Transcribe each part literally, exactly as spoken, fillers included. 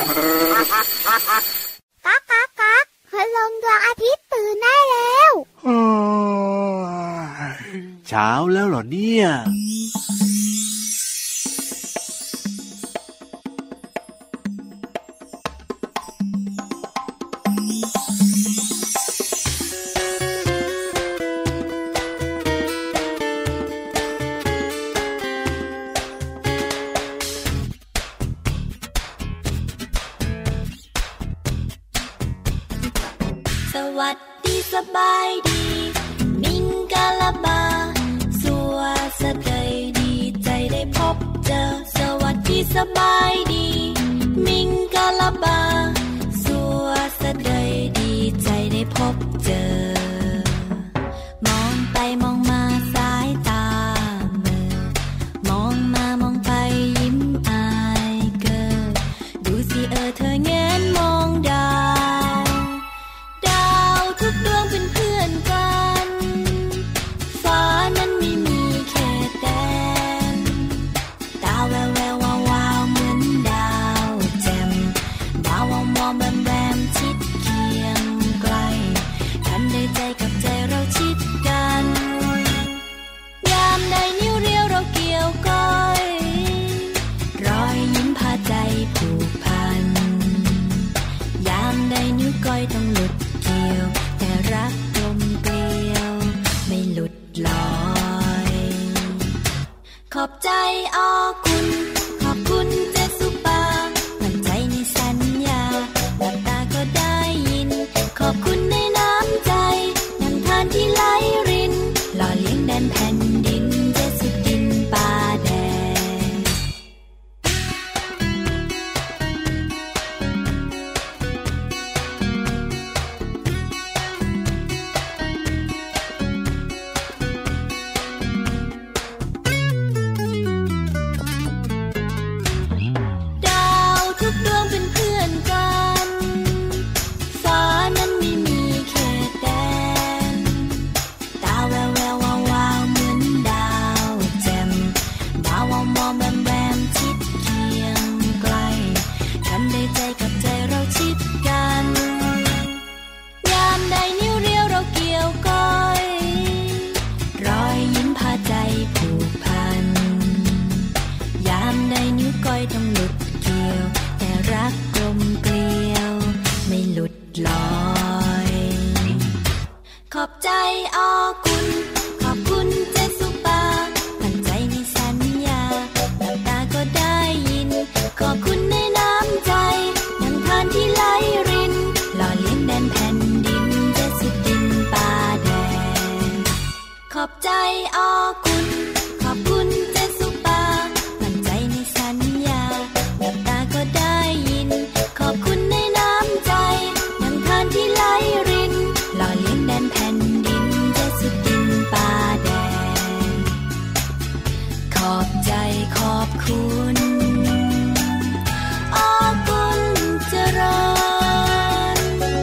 ก๊ากก๊ากก๊ากพลังดวงอาทิตย์ตื่นได้แล้วเช้าแล้วเหรอเนี่ยสวัสดีสบายดีมิงกะลาบาสัวสะใจดีใจได้พบเจอสวัสดีสบายดีมิงกะลาบาสัวสะใจดีใจได้พบเจอมองไปมองมาสายตาเมื่อมองมามองไปยิ้มอายเกิดดูสิเออเธอแงนมองดาวทุกดวงเป็นเพื่อนกันฟ้านั้นไม่มีเขตแดนดาวแววแวววาววาวเหมือนดาวแจ่มดาวมองมองแวมแวมชิดเคียงไกลทันได้ใจกับใจเราชิดกันยามใดนิ้วเรียวเราเกี่ยวก้อยรอยยิ้มพาใจผูกพันยามใดนิ้วก้อยต้องหลุดเกี่ยวแต่รักกลมเกลียวไม่หลุดลอยขอบใจอ้อคุณขอบคุณเจสุปามั่นใจในสัญญาหลับตาก็ได้ยินขอบคุณในน้ำใจน้ำทานที่ไหลรินหล่อเลี้ยงแดนแผ่นดินเจสุดินป่าแดงทุกดวงเป็นเพื่อนกันฟ้านั้นไม่มีเขตแดนดาวแววแวววาววาวเหมือนดาวแจ่มดาวมองมองแวมแวมชิดเคียงไกลทำได้ใจกับใจเราชิดกันยามใดนิ้วเรียวเราเกี่ยวก้อยรอยยิ้มพาใจผูกพันยามใดนิ้วก้อยต้องหลุดเกี่ยวแต่รักกลมเกลียวไม่หลุดลอยขอบใจอ้อคุณขอบคุณเจสุปามั่นใจในสัญญาหลับตาก็ได้ยินขอบคุณในน้ำใจน้ำทานที่ไหลรินหล่อเลี้ยงแดนแผ่นดินเจสุดินป่าแดงขอบใจอ้อคุณขอบคุณเจสุปามั่นใจในสัญญาหลับตาก็ได้ยินขอบคุณในน้ำใจน้ำทานที่ไหลรินหล่อเลี้ยงแดนแผ่นดินเจสุดินป่าแดงขอบใจขอบคุณอ้อคุณเจริญ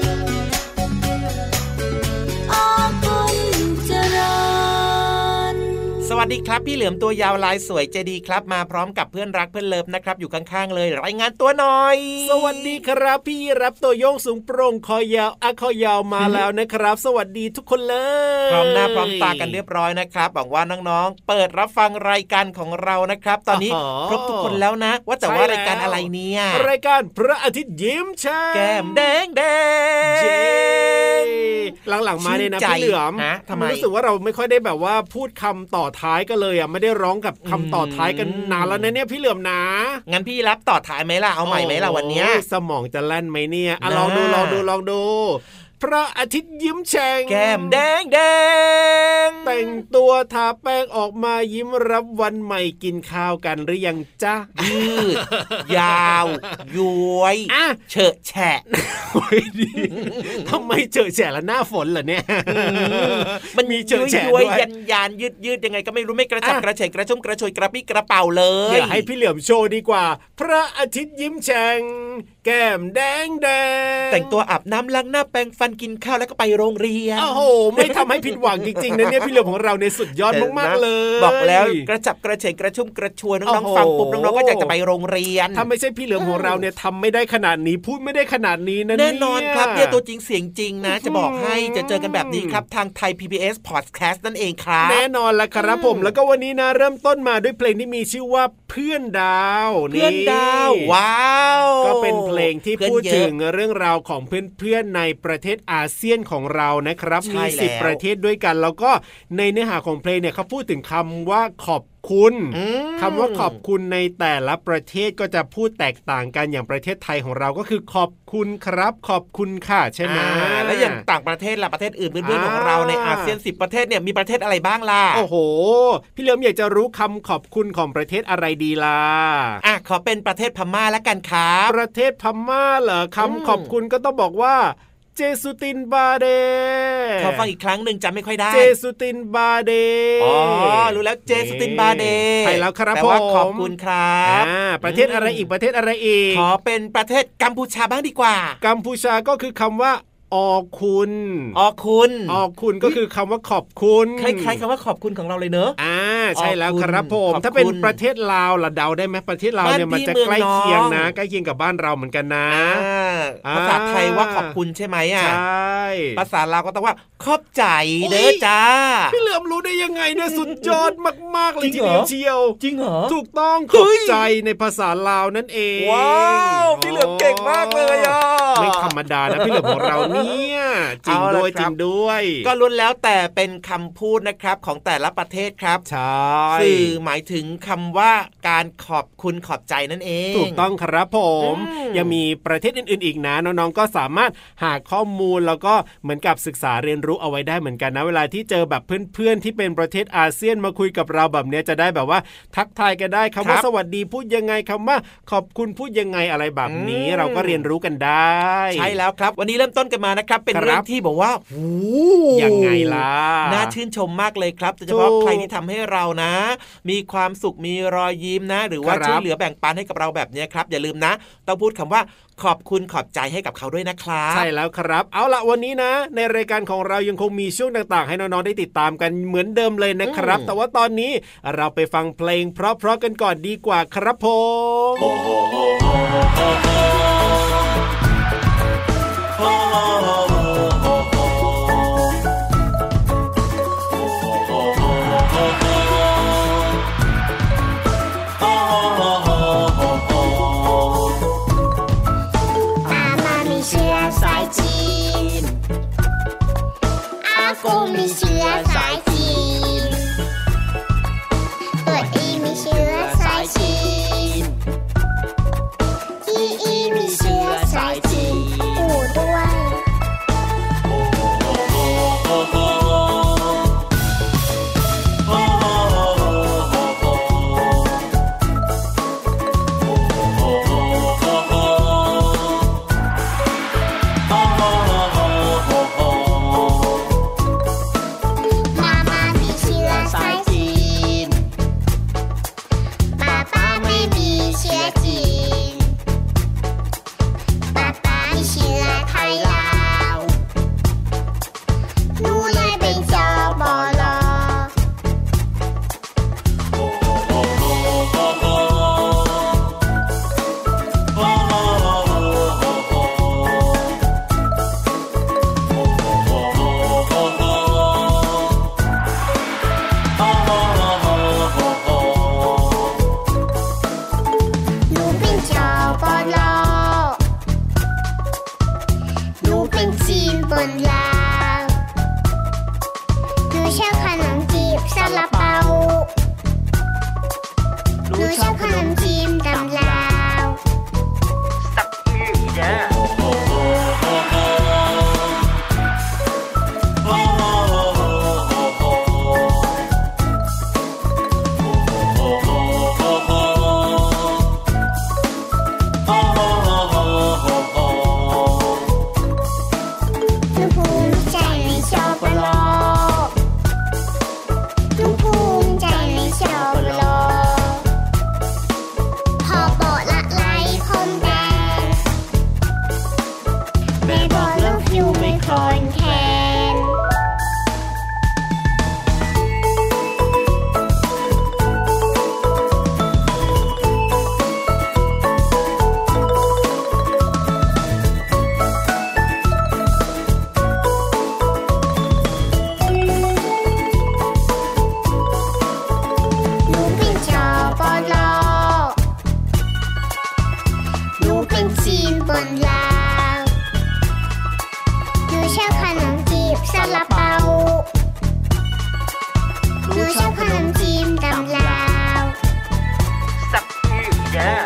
อ้อคุณเจริญสวัสดีครับพี่เหลือมตัวยาวลายสวยใจดีครับมาพร้อมกับเพื่อนรักเพื่อนเลิฟนะครับอยู่ข้างๆเลยรายงานตัวหน่อยสวัสดีครับพี่รับตัวโยงสูงโปร่งคอยาวอะคอยาวมาแล้วนะครับสวัสดีทุกคนเลยพร้อมหน้าพร้อมตากันเรียบร้อยนะครับหวังว่าน้องๆเปิดรับฟังรายการของเรานะครับตอนนี้ครบทุกคนแล้วนะว่าแต่ว่ารายการอะไรเนี่ยรายการพระอาทิตย์ยิ้มแฉ่งแก้มแดงแดงหลังๆมาเนี่ยนะพี่เหลือมรู้สึกว่าเราไม่ค่อยได้แบบว่าพูดคำต่อท้ายกันเลยอ่ะไม่ได้ร้องกับคำต่อท้ายกันนานแล้วนะเนี่ยพี่เหลือมนะงั้นพี่รับต่อท้ายไหมล่ะเอาใหม่ไหมล่ะวันนี้สมองจะแล่นไหมเนี่ยลองดูลองดูลองดูพระอาทิตย์ยิ้มแฉ่งแก้มแดงแดงแต่งตัวทาแป้งออกมายิ้มรับวันใหม่กินข้าวกันหรือยังจ๊ะยืดยาวย้วยเฉอะแฉะทำไมเฉอะแฉะละหน้าฝนเหรอเนี่ยมันมีเฉอะแฉะด้วยยันยานยืดยืดยังไงก็ไม่รู้ไม่กระฉับกระเฉงกระชุ่มกระชวยกระปี้กระเป๋าเลยเดี๋ยวให้พี่เหลือมโชว์ดีกว่าพระอาทิตย์ยิ้มแฉ่งแก้มแดงแดงแต่งตัวอาบน้ำล้างหน้าแปรงฟันานกินข้าวแล้วก็ไปโรงเรียนโอ้โหไม่ทำให้ผิดหวังจริงๆนะเนี่ยพี่เหลือมของเราในสุดยอดมากๆเลยบอกแล้วกระจับกระเฉงกระชุ่มกระชวยน้องๆฟังปุ๊บน้องๆก็อยากจะไปโรงเรียนถ้าไม่ใช่พี่เหลือมของเราเนี่ยทำไม่ได้ขนาดนี้พูดไม่ได้ขนาดนี้นะแน่นอนครับเนี่ยตัวจริงเสียงจริงนะจะบอกให้จะเจอกันแบบนี้ครับทางไทย พี บี เอส Podcast นั่นเองครับแน่นอนละครับผมแล้วก็วันนี้นะเริ่มต้นมาด้วยเพลงที่มีชื่อว่าเพื่อนดาวเพื่อนดาวว้าวก็เป็นเพลงที่พูดถึงเรื่องราวของเพื่อนๆในประเทศอาเซียนของเรานะครับมีสิบประเทศด้วยกันแล้วก็ในเนื้อหาของเพลงเนี่ยเขาพูดถึงคำว่าขอบคุณคำว่าขอบคุณในแต่ละประเทศก็จะพูดแตกต่างกันอย่างประเทศไทยของเราก็คือขอบคุณครับขอบคุณค่ะใช่ไหมแล้วอย่างต่างประเทศล่ะประเทศอื่นเพื่อนๆของเราในอาเซียนสิบประเทศเนี่ยมีประเทศอะไรบ้างล่ะโอ้โหพี่เหลิมอยากจะรู้คำขอบคุณของประเทศอะไรดีล่ะอ่ะขอเป็นประเทศพม่าละกันครับประเทศพม่าเหรอคำขอบคุณก็ต้องบอกว่าเจสุตินบาเดขอฟังอีกครั้งหนึ่งจำไม่ค่อยได้เจสุตินบาเดอ๋อรู้แล้วเจสุตินบาเดใช่แล้วครับผมขอบคุณครับอ่าประเทศอะไรอีกประเทศอะไรอีกขอเป็นประเทศกัมพูชาบ้างดีกว่ากัมพูชาก็คือคำว่าออคุณออคุณออคุณก็คือคำว่าขอบคุณคล้ายๆคำว่าขอบคุณของเราเลยเนอะอ่าใช่แล้วครับผมถ้าเป็นประเทศลาวล่ะเดาได้ไหมประเทศลาวเนี่ยมันจะใกล้เคียงนะใกล้เคียงกับบ้านเราเหมือนกันนะภาษาไทยว่าขอบคุณใช่ไหมอ่ะใช่ภาษาลาวก็ต้องว่าขอบใจเด้อจ้าพี่เหลือมรู้ได้ยังไงเนี่ยสุดยอดมากๆเลยทีเดียวเชียวจริงเหรอถูกต้องขอบใจในภาษาลาวนั่นเองว้าวพี่เหลือมเก่งมากเลยอ่ะไม่ธรรมดานะพี่เหลือมของเราเนี่ยจริงด้วยจริงด้วยก็ล้วนแล้วแต่เป็นคำพูดนะครับของแต่ละประเทศครับใช่สื่อหมายถึงคำว่าการขอบคุณขอบใจนั่นเองถูกต้องครับผมยังมีประเทศอื่นๆอีกนะน้องๆก็สามารถหาข้อมูลแล้วก็เหมือนกับศึกษาเรียนรู้เอาไว้ได้เหมือนกันนะเวลาที่เจอแบบเพื่อนๆที่เป็นประเทศอาเซียนมาคุยกับเราแบบนี้จะได้แบบว่าทักทายกันได้คำว่าสวัสดีพูดยังไงคำว่าขอบคุณพูดยังไงอะไรแบบนี้เราก็เรียนรู้กันได้ใช่แล้วครับวันนี้เริ่มต้นกันมานะครับเป็นเรื่องที่บอกว่ายังไงล่ะน่าชื่นชมมากเลยครับโดยเฉพาะใครที่ทำให้เรานะมีความสุขมีรอยยิ้มนะหรือว่าช่วยเหลือแบ่งปันให้กับเราแบบนี้ครับอย่าลืมนะต้องพูดคำว่าขอบคุณขอบใจให้กับเขาด้วยนะครับใช่แล้วครับเอาละวันนี้นะในรายการของเรายังคงมีช่วงต่างๆให้น้องๆได้ติดตามกันเหมือนเดิมเลยนะครับแต่ว่าตอนนี้เราไปฟังเพลงเพราะๆกันก่อนดีกว่าครับผมกูมีเชื้อสายจีนตัวอีมีเชื้อสายจีนอีอีมีเชื้อสายจีนอู่ด้วยจีนบนลาวหนูชอบขนมจีบซาลาเปาหนูชอบขนมจีนตำลาวสับอื้อเด้อ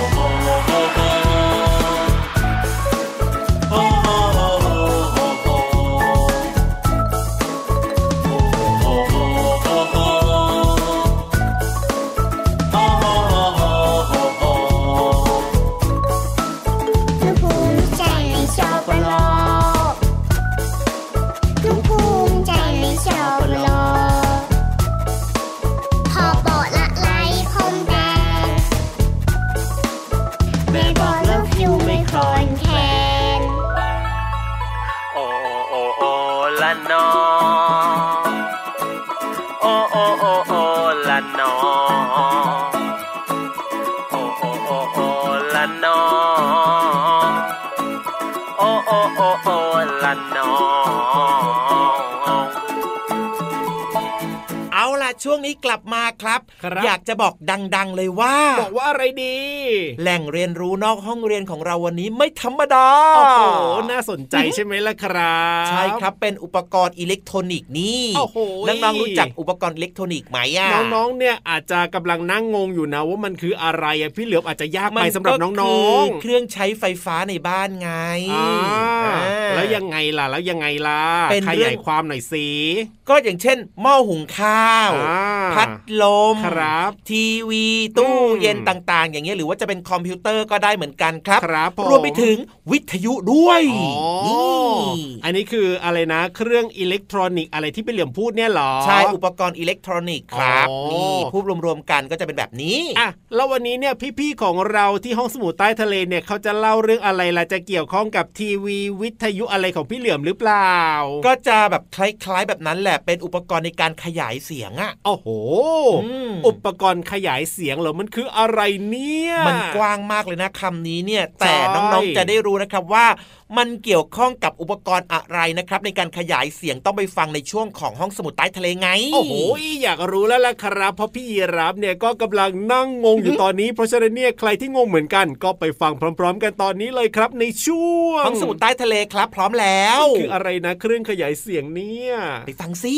ช่วงนี้กลับมาครับอยากจะบอกดังๆเลยว่าบอกว่าอะไรดีแหล่งเรียนรู้นอกห้องเรียนของเราวันนี้ไม่ธรรมดาโอ้โหน่าสนใจใช่ไหมล่ะครับใช่ครับเป็นอุปกรณ์อิเล็กทรอนิกส์นี่น้องๆรู้จักอุปกรณ์อิเล็กทรอนิกส์ไหมอ่ะน้องๆเนี่ยอาจจะกำลังนั่งงงอยู่นะว่ามันคืออะไรอ่ะพี่เหลือมอาจจะยากไปสำหรับน้องๆเครื่องใช้ไฟฟ้าในบ้านไงแล้วยังไงล่ะแล้วยังไงล่ะขยายความหน่อยสิก็อย่างเช่นหม้อหุงข้าวพัดลมทีวีตู้เย็นต่างๆอย่างเงี้ยหรือว่าจะเป็นคอมพิวเตอร์ก็ได้เหมือนกันครับรวมไปถึงวิทยุด้วยนี่อันนี้คืออะไรนะเครื่องอิเล็กทรอนิกส์อะไรที่เป็นเหลี่ยมพูดเนี่ยหรอใช่อุปกรณ์อิเล็กทรอนิกส์ครับนี่พูดรวมๆกันก็จะเป็นแบบนี้อ่ะแล้ววันนี้เนี่ยพี่ๆของเราที่ห้องสมุดใต้ทะเลเนี่ยเขาจะเล่าเรื่องอะไรล่ะจะเกี่ยวข้องกับทีวีวิทยุอะไรของพี่เหลือมหรือเปล่าก็จะแบบคล้ายๆแบบนั้นแหละเป็นอุปกรณ์ในการขยายเสียงอ่ะโอ้โหอุปกรณ์ขยายเสียงเหรอมันคืออะไรเนี่ยมันกว้างมากเลยนะคำนี้เนี่ยแต่น้องๆจะได้รู้นะครับว่ามันเกี่ยวข้องกับอุปกรณ์อะไรนะครับในการขยายเสียงต้องไปฟังในช่วงของห้องสมุดใต้ทะเลไงโอ้โหอยากรู้แล้วล่ะครับเพราะพี่ยีราฟเนี่ยก็กำลังนั่งงงอยู่ตอนนี้เพราะฉะนั้นเนี่ยใครที่งงเหมือนกันก็ไปฟังพร้อมๆกันตอนนี้เลยครับในช่วงห้องสมุดใต้ทะเลครับพร้อมแล้วคืออะไรนะเครื่องขยายเสียงเนี่ยไปฟังสิ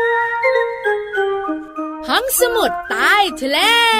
ห้องสมุดใต้ทะเล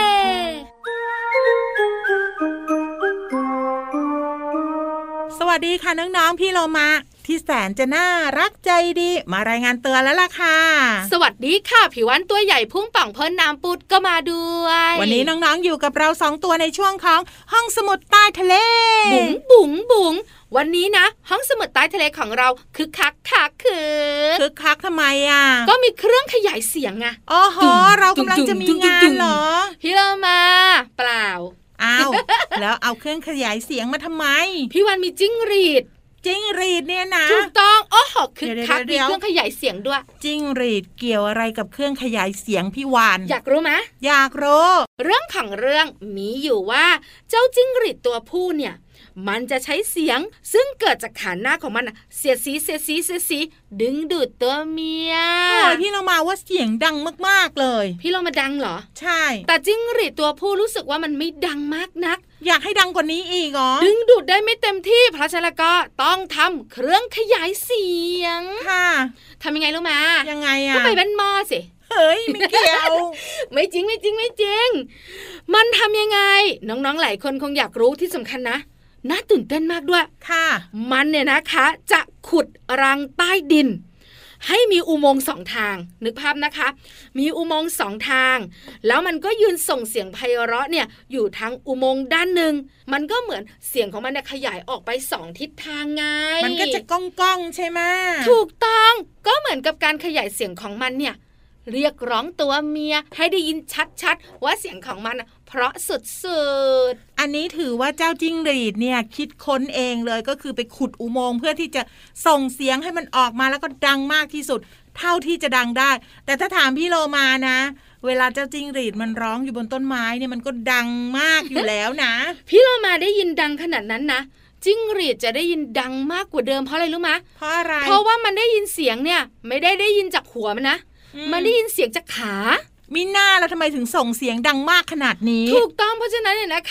สวัสดีค่ะน้องๆพี่โลมาที่แสนจะน่ารักใจดีมารายงานเตือนแล้วล่ะค่ะสวัสดีค่ะผิววันตัวใหญ่พุ่งป่องพ้นน้ำปุดก็มาด้วยวันนี้น้องๆอยู่กับเราสองตัวในช่วงของห้องสมุดใต้ทะเลบุ๋งบุ๋งบุ๋งวันนี้นะห้องสมุดใต้ทะเลของเราคึกคักคักคือคึกคักทำไมอ่ะก็มีเครื่องขยายเสียงไงอ๋อโหเรากำลังจะมีงานเหรอพี่เรามาเปล่าอ้าวแล้วเอาเครื่องขยายเสียงมาทำไมพี่วันมีจิ้งหรีดจิ้งหรีดเนี่ยนะถูกต้องโอ้โหคึกคักมีเครื่องขยายเสียงด้วยจิ้งหรีดเกี่ยวอะไรกับเครื่องขยายเสียงพี่วานอยากรู้ไหมอยากรู้เรื่องของเรื่องมีอยู่ว่าเจ้าจิ้งหรีดตัวผู้เนี่ยมันจะใช้เสียงซึ่งเกิดจากขาหน้าของมันเสียดสีเสียดสีเสียดสีดึงดูดตัวเมียโอ้ยพี่เรามาว่าเสียงดังมากๆเลยพี่เรามาดังเหรอใช่แต่จิ้งหรีดตัวผู้รู้สึกว่ามันไม่ดังมากนักอยากให้ดังกว่านี้อีกเหรอดึงดูดได้ไม่เต็มที่เพราะฉะนั้นก็ต้องทำเครื่องขยายเสียงค่ะทำยังไงรู้ไหมยังไงอะก็ไปเป็นหม้อสิเฮ้ยไม่เกี่ยวไม่จริงไม่จริงไม่จริงมันทำยังไงน้องๆหลายคนคงอยากรู้ที่สำคัญนะน่าตื่นเต้นมากด้วยค่ะมันเนี่ยนะคะจะขุดรังใต้ดินให้มีอุโมงค์สองทางนึกภาพนะคะมีอุโมงค์สองทางแล้วมันก็ยืนส่งเสียงไพเราะเนี่ยอยู่ทางอุโมงค์ด้านหนึ่งมันก็เหมือนเสียงของมันเนี่ยขยายออกไปสองทิศทางไงมันก็จะก้องก้องใช่ไหมถูกต้องก็เหมือนกับการขยายเสียงของมันเนี่ยเรียกร้องตัวเมียให้ได้ยินชัดๆว่าเสียงของมันเพราะสุดๆอันนี้ถือว่าเจ้าจิ้งหรีดเนี่ยคิดค้นเองเลยก็คือไปขุดอุโมงค์เพื่อที่จะส่งเสียงให้มันออกมาแล้วก็ดังมากที่สุดเท่าที่จะดังได้แต่ถ้าถามพี่โลมานะเวลาเจ้าจิ้งหรีดมันร้องอยู่บนต้นไม้เนี่ยมันก็ดังมากอยู่แล้วนะพี่โลมาได้ยินดังขนาดนั้นนะจิ้งหรีดจะได้ยินดังมากกว่าเดิมเพราะอะไรรู้ไหมเพราะอะไรเพราะว่ามันได้ยินเสียงเนี่ยไม่ได้ได้ยินจากหัวมันนะมันได้ยินเสียงจากขามีหน้าแล้วทำไมถึงส่งเสียงดังมากขนาดนี้ถูกต้องเพราะฉะนั้นเนี่ยนะคะ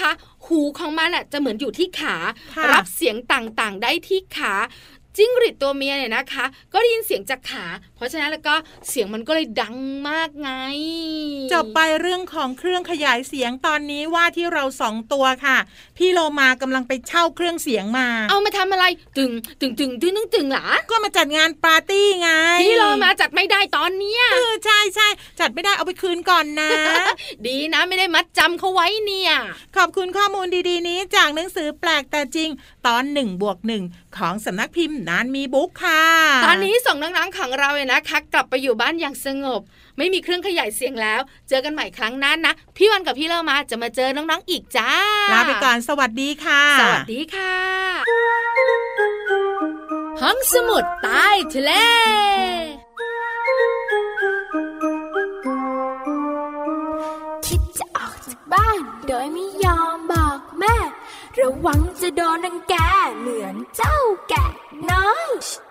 หูของมันอ่ะจะเหมือนอยู่ที่ขารับเสียงต่างๆได้ที่ขาจิ้งหรีดตัวเมียเนี่ยนะคะก็ได้ยินเสียงจากขาเพราะฉะนั้นแล้วก็เสียงมันก็เลยดังมากไงจบไปเรื่องของเครื่องขยายเสียงตอนนี้ว่าที่เราสองตัวค่ะพี่โลมากำลังไปเช่าเครื่องเสียงมาเอามาทำอะไรตึงตึงตึงตึงตึงตึงหรอก็มาจัดงานปาร์ตี้ไงพี่โลมาจัดไม่ได้ตอนเนี้ยเออใช่ใช่จัดไม่ได้เอาไปคืนก่อนนะดีนะไม่ได้มัดจำเขาไว้เนี่ยขอบคุณข้อมูลดีๆนี้จากหนังสือแปลกแต่จริงตอนหนึ่งบวกหนึ่งของสำนักพิมพ์นานมีบุ๊กค่ะตอนนี้ส่งน้องๆของเราเลยนะคะกลับไปอยู่บ้านอย่างสงบไม่มีเครื่องขยายเสียงแล้วเจอกันใหม่ครั้งหน้านะพี่วันกับพี่เล่ามาจะมาเจอน้องๆอีกจ้าลาไปก่อนสวัสดีค่ะสวัสดีค่ะห้องสมุดใต้ทะเลคิดจะออกจากบ้านโดยไม่ยอมบอกแม่ระวังจะโดนรังแกเหมือนเจ้าแกะน้อย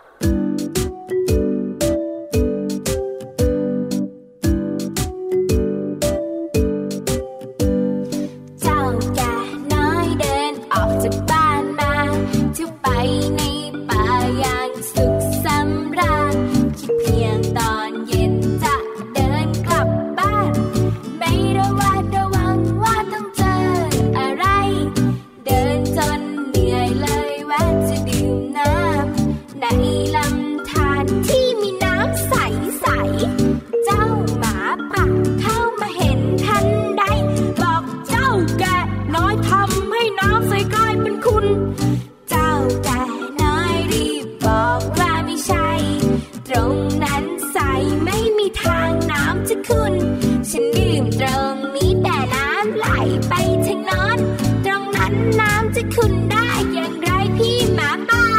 เจ้าแกะน้อยเดินออกจากบ้านมาเที่ยวไปในป่าอย่างสุขสำราญคิดเพียงตอนเย็นจะเดินกลับบ้านไม่ระวัดระวังว่าต้องเจออะไรเดินจนเหนื่อยเลยแวะจะดื่มน้ำในลำธารที่มีน้ำใสๆเจ้าหมาป่าเข้ามาเห็นทันใดบอกเจ้าแกะน้อยทำให้น้ำใสกลายเป็นขุ่นเจ้าแกะน้อยรีบบอกว่าไม่ใช่ตรงนั้นใสไม่มีทางน้ำจะขุ่นฉันดื่มตรงนี้แต่น้ำไหลไปทางโน้นตรงนั้นน้ำจะขุ่นได้อย่างไรพี่หมาป่า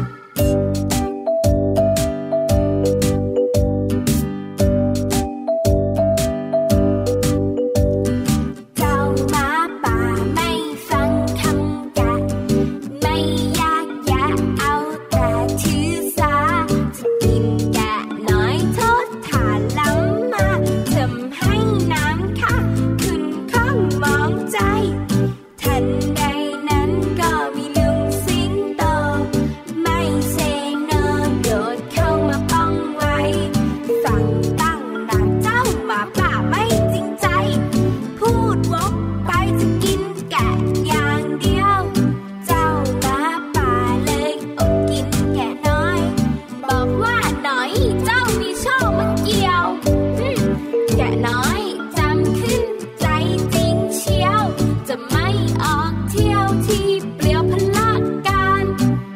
เจ้าหมาป่าไม่ฟังคำแกะไม่อยากแยะเอาแต่ถือสาจะกินแกะน้อยโทษฐานล้ำมาทำให้น้ำข้าขึ้นข้องมองใจทันใดนั้นก็มีลุงสิงโตไม่เซโนโดดเข้ามาป้องไว้สั่งตั้งนานเจ้าหมาป่าไม่จริงใจพูดวกไปจะกินแกะอย่างเดียวเจ้าหมาป่าเลยอดกินแกะน้อยบอกว่าหน่อยเจ้ามีโชคมาเกี่ยวแกะน้อยจำขึ้นใจจริงเชียวจะไม่ออกเที่ยวที่เปลี่ยวพละการ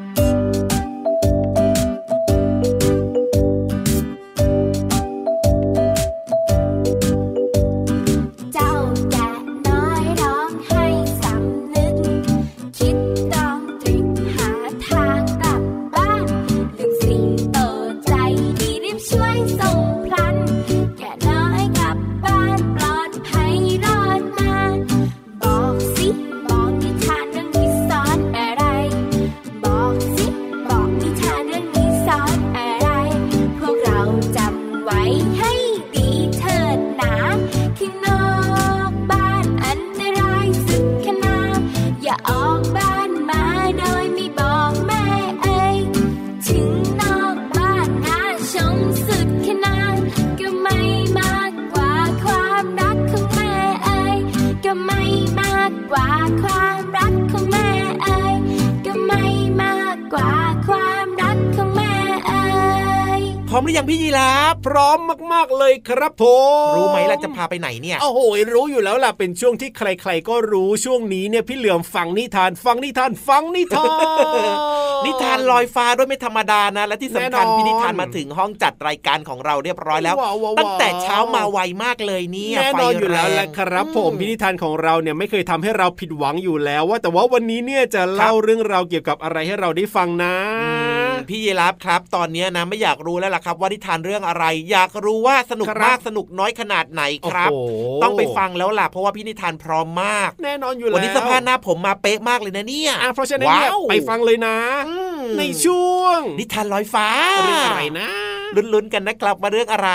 เจ้าแกะน้อยร้องให้สำนึกคิดต้องตรึกหาทางกลับบ้านลุงสิงโตใจดีรีบช่วยส่งพลันแกะน้อยกลับบ้านปลอดภัยรอดมาบอกสิบอกนิทานเรื่องนี้สอนอะไรบอกสิบอกนิทานเรื่องนี้สอนอะไรพวกเราจำไว้ให้ดีเถิดนะข้างนอกบ้านอันตรายสุดขนาดอย่าออกบ้านมาโดยไม่บอกแม่เอ่ยถึงนอกบ้านน่าชมสุดขนาดก็ไม่มากกว่าความรักของแม่เอ่ยก็ไม่มากกว่าความรักของแม่เอ่ยก็ไม่มากกว่าความรักของแม่เอ่ยพร้อมหรือยังพี่ยีราฟพร้อมมากๆเลยครับผมรู้ไหมล่ะจะพาไปไหนเนี่ยโอ้โหรู้อยู่แล้วล่ะเป็นช่วงที่ใครๆก็รู้ช่วงนี้เนี่ยพี่เหลือมฟังนิทานฟังนิทานฟังนิทานนิทานลอยฟ้าด้วยไม่ธรรมดานะและที่สำคัญพี่นิทานมาถึงห้องจัดรายการของเราเรียบร้อยแล้วตั้งแต่เช้ามาไวมากเลยเนี่ยแน่นอนอยู่แล้วแหละครับผมพี่นิทานของเราเนี่ยไม่เคยทำให้เราผิดหวังอยู่แล้วว่าแต่ว่าวันนี้เนี่ยจะเล่าเรื่องราวเกี่ยวกับอะไรให้เราได้ฟังนะพี่ยีราฟครับตอนนี้นะไม่อยากรู้แล้วล่ะครับว่านิทานเรื่องอะไรอยากรู้ว่าสนุกมากสนุกน้อยขนาดไหนครับต้องไปฟังแล้วล่ะเพราะว่าพี่นิทานพร้อมมากแน่นอนอยู่แล้ววันนี้สภาพหน้าผมมาเป๊ะมากเลยนะเนี่ยเพราะฉะนั้นเนี่ยไปฟังเลยนะในช่วงนิทานลอยฟ้าเรื่องอะไรนะลุ้นๆกันนะครับมาเรื่องอะไร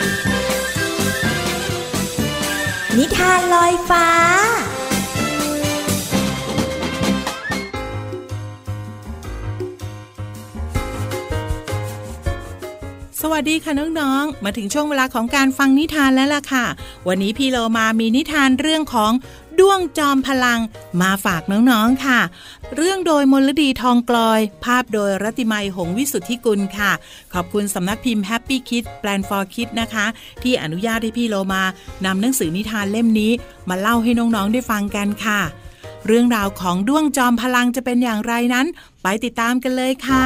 นิทานลอยฟ้าสวัสดีค่ะน้องๆมาถึงช่วงเวลาของการฟังนิทานแล้วล่ะค่ะวันนี้พี่โลมามีนิทานเรื่องของด้วงจอมพลังมาฝากน้องๆค่ะเรื่องโดยมลดีทองกลอยภาพโดยรัติมัยหงส์วิสุทธิกุลค่ะขอบคุณสำนักพิมพ์ Happy Kids Plan for Kids นะคะที่อนุญาตให้พี่โลมานำหนังสือนิทานเล่มนี้มาเล่าให้น้องๆได้ฟังกันค่ะเรื่องราวของด้วงจอมพลังจะเป็นอย่างไรนั้นไปติดตามกันเลยค่ะ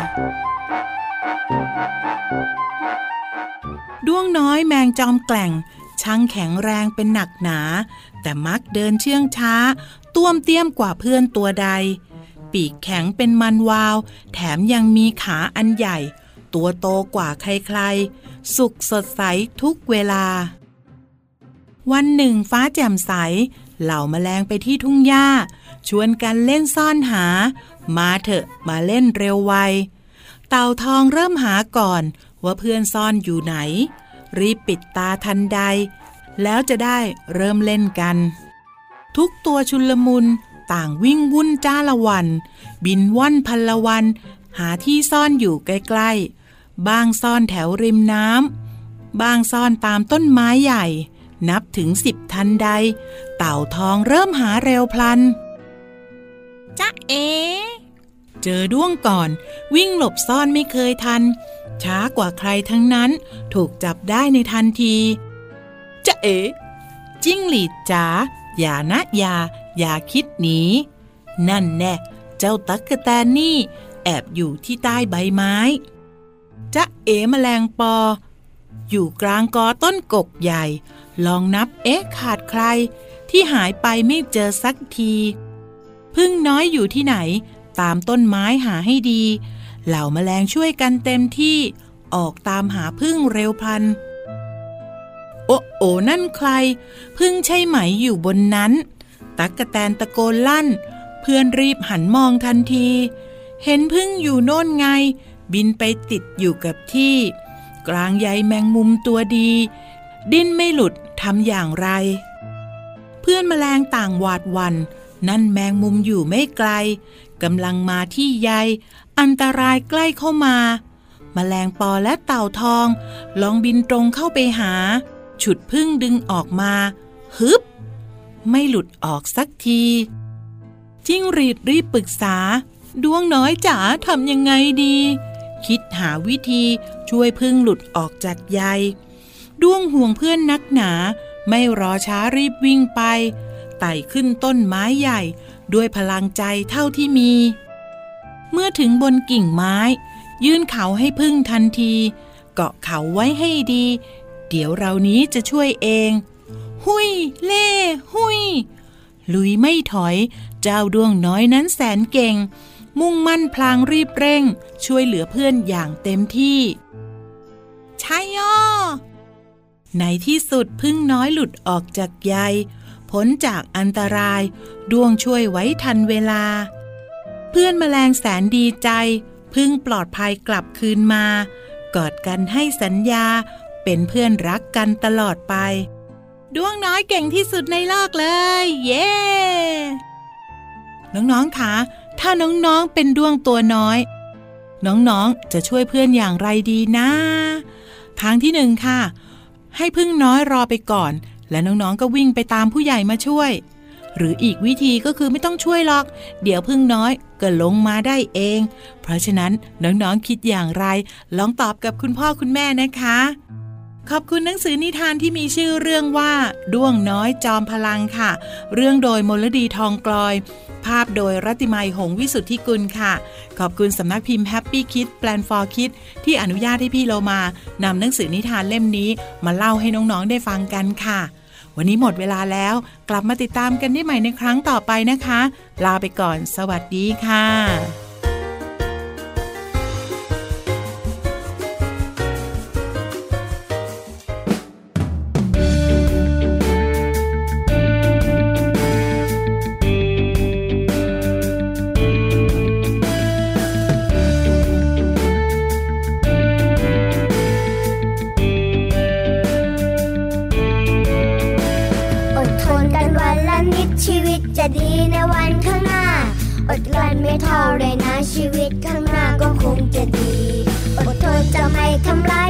ด้วงน้อยแมงจอมแกล่งช่างแข็งแรงเป็นหนักหนาแต่มักเดินเชื่องช้าต้วมเตี้ยมกว่าเพื่อนตัวใดปีกแข็งเป็นมันวาวแถมยังมีขาอันใหญ่ตัวโตกว่าใครๆสุขสดใสทุกเวลาวันหนึ่งฟ้าแจ่มใสเหล่าแมลงไปที่ทุ่งหญ้าชวนกันเล่นซ่อนหามาเถอะมาเล่นเร็วไวเต่าทองเริ่มหาก่อนว่าเพื่อนซ่อนอยู่ไหนรีบปิดตาทันใดแล้วจะได้เริ่มเล่นกันทุกตัวชุลมุนต่างวิ่งวุ่นจ้าละวันบินว่อนพันละวันหาที่ซ่อนอยู่ใกล้ๆบ้างซ่อนแถวริมน้ำบ้างซ่อนตามต้นไม้ใหญ่นับถึงสิบทันใดเต่าทองเริ่มหาเร็วพลันจ๊ะเอ๋เจอด้วงก่อนวิ่งหลบซ่อนไม่เคยทันช้ากว่าใครทั้งนั้นถูกจับได้ในทันทีจ๊ะเอ๋จิ้งหรีดจ๋าอย่านะอย่าอย่าคิดหนีนั่นแน่เจ้าตั๊กแตนนี่แอบอยู่ที่ใต้ใบไม้จ๊ะเอ๋แมลงปออยู่กลางกอต้นกกใหญ่ลองนับเอ๊ะขาดใครที่หายไปไม่เจอสักทีพึ่งน้อยอยู่ที่ไหนตามต้นไม้หาให้ดีเหล่าแมลงช่วยกันเต็มที่ออกตามหาพึ่งเร็วพลันโอ้โอ้นั่นใครพึ่งใช่ไหมอยู่บนนั้นตั๊กแตนตะโกนลั่นเพื่อนรีบหันมองทันทีเห็นพึ่งอยู่โน่นไงบินไปติดอยู่กับที่กลางใยแมงมุมตัวดีดิ้นไม่หลุดทำอย่างไรเพื่อนแมลงต่างหวาดหวั่นนั่นแมงมุมอยู่ไม่ไกลกำลังมาที่ใยอันตรายใกล้เข้ามาแมลงปอและเต่าทองลองบินตรงเข้าไปหาฉุดพึ่งดึงออกมาฮึบไม่หลุดออกสักทีจิ้งหรีดรีบปรึกษาด้วงน้อยจ๋าทำยังไงดีคิดหาวิธีช่วยพึ่งหลุดออกจากใยด้วงห่วงเพื่อนนักหนาไม่รอช้ารีบวิ่งไปไต่ขึ้นต้นไม้ใหญ่ด้วยพลังใจเท่าที่มีเมื่อถึงบนกิ่งไม้ยื่นเขาให้พึ่งทันทีเกาะเขาไว้ให้ดีเดี๋ยวเรานี้จะช่วยเองหุยเล่หุยลุยไม่ถอยเจ้าด้วงน้อยนั้นแสนเก่งมุ่งมั่นพลางรีบเร่งช่วยเหลือเพื่อนอย่างเต็มที่ใช่ย่อในที่สุดพึ่งน้อยหลุดออกจากใยพ้นจากอันตรายด้วงช่วยไว้ทันเวลาเพื่อนแมลงแสนดีใจพึ่งปลอดภัยกลับคืนมากอดกันให้สัญญาเป็นเพื่อนรักกันตลอดไปด้วงน้อยเก่งที่สุดในโลกเลยเย้น้องๆคะถ้าน้องๆเป็นด้วงตัวน้อยน้องๆจะช่วยเพื่อนอย่างไรดีนะทางที่หนึ่งค่ะให้พึ่งน้อยรอไปก่อนและน้องๆก็วิ่งไปตามผู้ใหญ่มาช่วยหรืออีกวิธีก็คือไม่ต้องช่วยหรอกเดี๋ยวพึ่งน้อยก็ลงมาได้เองเพราะฉะนั้นน้องๆคิดอย่างไรลองตอบกับคุณพ่อคุณแม่นะคะขอบคุณหนังสือนิทานที่มีชื่อเรื่องว่าด้วงน้อยจอมพลังค่ะเรื่องโดยมลดีทองกลอยภาพโดยรัติมัยหงส์วิสุทธิกุลค่ะขอบคุณสำนักพิมพ์ Happy Kids Plan for Kids ที่อนุญาตให้พี่โลมานำหนังสือนิทานเล่มนี้มาเล่าให้น้องๆได้ฟังกันค่ะวันนี้หมดเวลาแล้วกลับมาติดตามกันได้ใหม่ในครั้งต่อไปนะคะลาไปก่อนสวัสดีค่ะดีในวันข้างหน้าอดกลั้นไม่ท้อเลยนะชีวิตข้างหน้าก็คงจะดีอดทนจะไม่ทำร้าย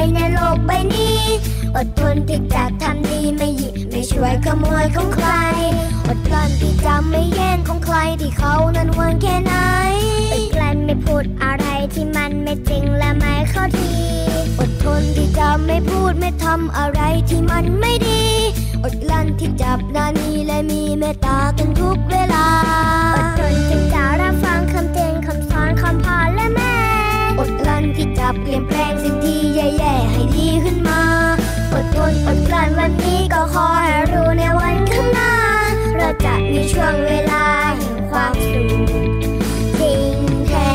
ในโลกใบนี้อดทนที่จะทำดีไม่หยิบไม่ช่วยขโมยของใครอดกลั้นที่จะไม่แย่งของใครที่เขานั้นหวังแค่ไหนอดกลั้นไม่พูดอะไรที่มันไม่จริงและไม่เข้าทีอดทนที่จะไม่พูดไม่ทำอะไรที่มันไม่ดีอดกลั้นที่จับนานีและมีเมตตากันทุกเวลาอดทนที่จะรับฟังคำเตือนคำสอนคำพ่อและแม่อดกลั้นที่จะเปลี่ยนแปลงสิ่งที่แย่ๆให้ดีขึ้นมาอดทนอดกลั้นวันนี้ก็ขอให้รู้ในวันข้างหน้าเราจะมีช่วงเวลาแห่งความสุขจริงแท้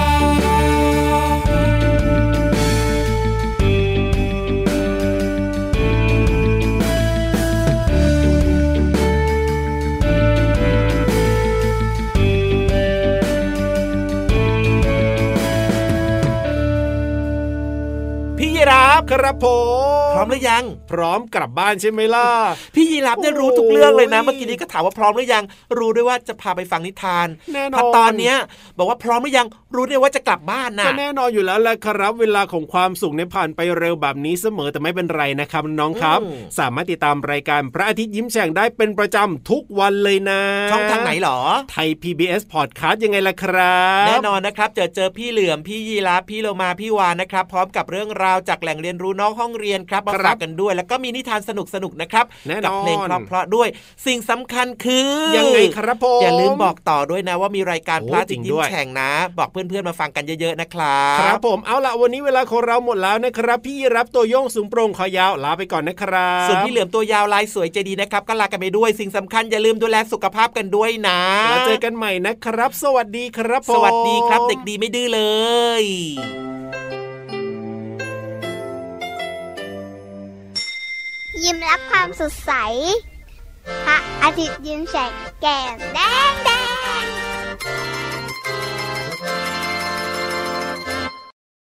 พี่ยีราฟครับผมพร้อมหรือยังพร้อมกลับบ้านใช่ไหมล่ะพี่ยีราฟเนี่ยรู้ทุกเรื่องเลยนะเมื่อกี้นี้ก็ถามว่าพร้อมหรือยังรู้ด้วยว่าจะพาไปฟังนิทานแน่นอนตอนเนี้ยบอกว่าพร้อมหรือยังรู้ด้วยว่าจะกลับบ้านนะก็แน่นอนอยู่แล้วแหละครับเวลาของความสุขเนี่ยผ่านไปเร็วแบบนี้เสมอแต่ไม่เป็นไรนะครับน้องครับสามารถติดตามรายการพระอาทิตย์ยิ้มแฉ่งได้เป็นประจำทุกวันเลยนะช่องทางไหนหรอไทย พี บี เอส Podcast ยังไงล่ะครับแน่นอนนะครับเจอเจอพี่เหลือมพี่ยีราฟพี่โลมาพี่วานนะครับพร้อมกับเรื่องราวจากแหล่งเรียนรู้นอกห้องเรียนครับมาฝากกันด้วยแล้วก็มีนิทานสนุกๆนะครับกับเพลงเพราะๆด้วยสิ่งสำคัญคือยังไงครับผมอย่าลืมบอกต่อด้วยนะว่ามีรายการพระอาทิตย์ยิ้มแฉ่งนะบอกเพื่อนๆมาฟังกันเยอะๆนะครับครับผมเอาล่ะวันนี้เวลาของเราหมดแล้วนะครับพี่รับตัวโยงสูงโปร่งคอยาวลาไปก่อนนะครับส่วนพี่เหลือมตัวยาวลายสวยใจดีนะครับก็ลากันไปด้วยสิ่งสำคัญอย่าลืมดูแลสุขภาพกันด้วยนะแล้วเจอกันใหม่นะครับสวัสดีครับสวัสดีครับเด็กดีไม่ดื้อเลยยิ้มรับความสดใสพระอาทิตย์ยิ้มแฉกแก้มแดง